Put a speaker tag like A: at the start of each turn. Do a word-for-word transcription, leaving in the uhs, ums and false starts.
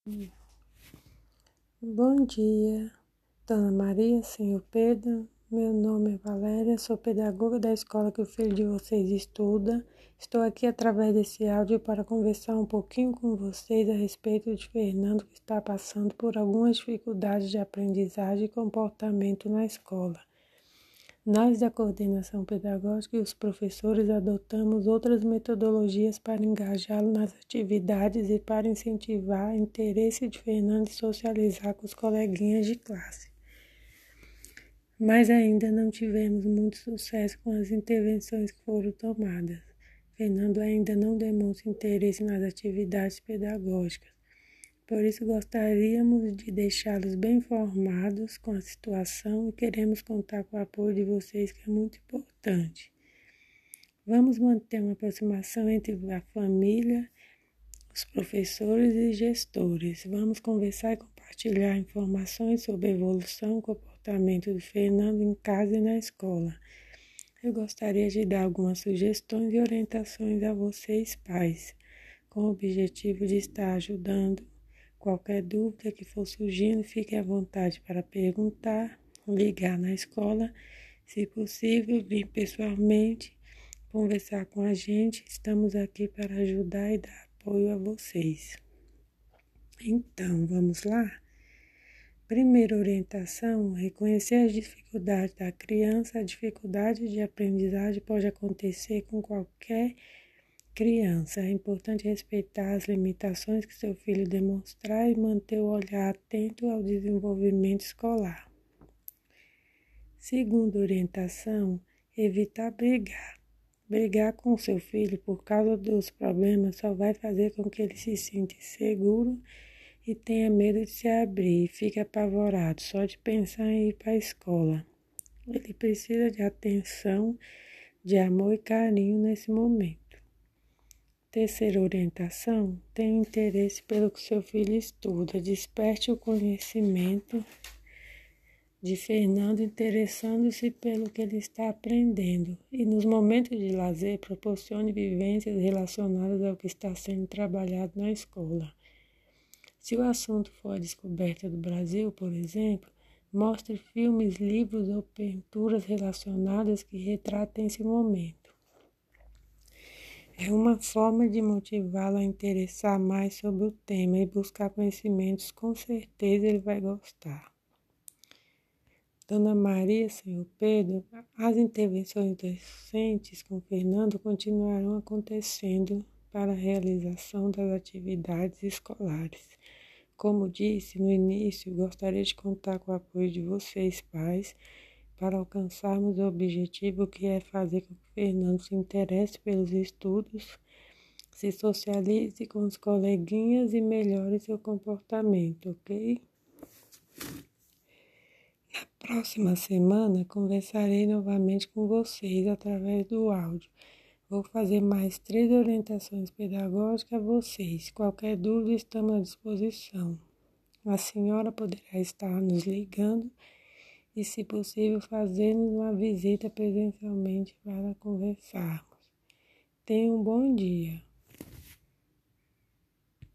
A: Bom dia, Dona Maria, senhor Pedro. Meu nome é Valéria, sou pedagoga da escola que o filho de vocês estuda. Estou aqui através desse áudio para conversar um pouquinho com vocês a respeito de Fernando, que está passando por algumas dificuldades de aprendizagem e comportamento na escola. Nós da coordenação pedagógica e os professores adotamos outras metodologias para engajá-lo nas atividades e para incentivar o interesse de Fernando em socializar com os coleguinhas de classe. Mas ainda não tivemos muito sucesso com as intervenções que foram tomadas. Fernando ainda não demonstra interesse nas atividades pedagógicas. Por isso, gostaríamos de deixá-los bem informados com a situação e queremos contar com o apoio de vocês, que é muito importante. Vamos manter uma aproximação entre a família, os professores e gestores. Vamos conversar e compartilhar informações sobre a evolução e comportamento de Fernando em casa e na escola. Eu gostaria de dar algumas sugestões e orientações a vocês, pais, com o objetivo de estar ajudando. Qualquer dúvida que for surgindo, fique à vontade para perguntar, ligar na escola, se possível, vir pessoalmente, conversar com a gente. Estamos aqui para ajudar e dar apoio a vocês. Então, vamos lá? Primeira orientação: reconhecer as dificuldades da criança. A dificuldade de aprendizagem pode acontecer com qualquer criança. É importante respeitar as limitações que seu filho demonstrar e manter o olhar atento ao desenvolvimento escolar. Segunda orientação: evitar brigar. Brigar com seu filho por causa dos problemas só vai fazer com que ele se sinta inseguro e tenha medo de se abrir e fique apavorado só de pensar em ir para a escola. Ele precisa de atenção, de amor e carinho nesse momento. Terceira orientação: tenha interesse pelo que seu filho estuda. Desperte o conhecimento de Fernando, interessando-se pelo que ele está aprendendo. E nos momentos de lazer, proporcione vivências relacionadas ao que está sendo trabalhado na escola. Se o assunto for a descoberta do Brasil, por exemplo, mostre filmes, livros ou pinturas relacionadas que retratem esse momento. É uma forma de motivá-lo a interessar mais sobre o tema e buscar conhecimentos. Com certeza ele vai gostar. Dona Maria, senhor Pedro, as intervenções docentes com Fernando continuarão acontecendo para a realização das atividades escolares. Como disse no início, gostaria de contar com o apoio de vocês, pais, para alcançarmos o objetivo, que é fazer com que Fernando se interesse pelos estudos, se socialize com os coleguinhas e melhore seu comportamento, ok? Na próxima semana, conversarei novamente com vocês através do áudio. Vou fazer mais três orientações pedagógicas a vocês. Qualquer dúvida, estamos à disposição. A senhora poderá estar nos ligando e, se possível, fazendo uma visita presencialmente para conversarmos. Tenha um bom dia.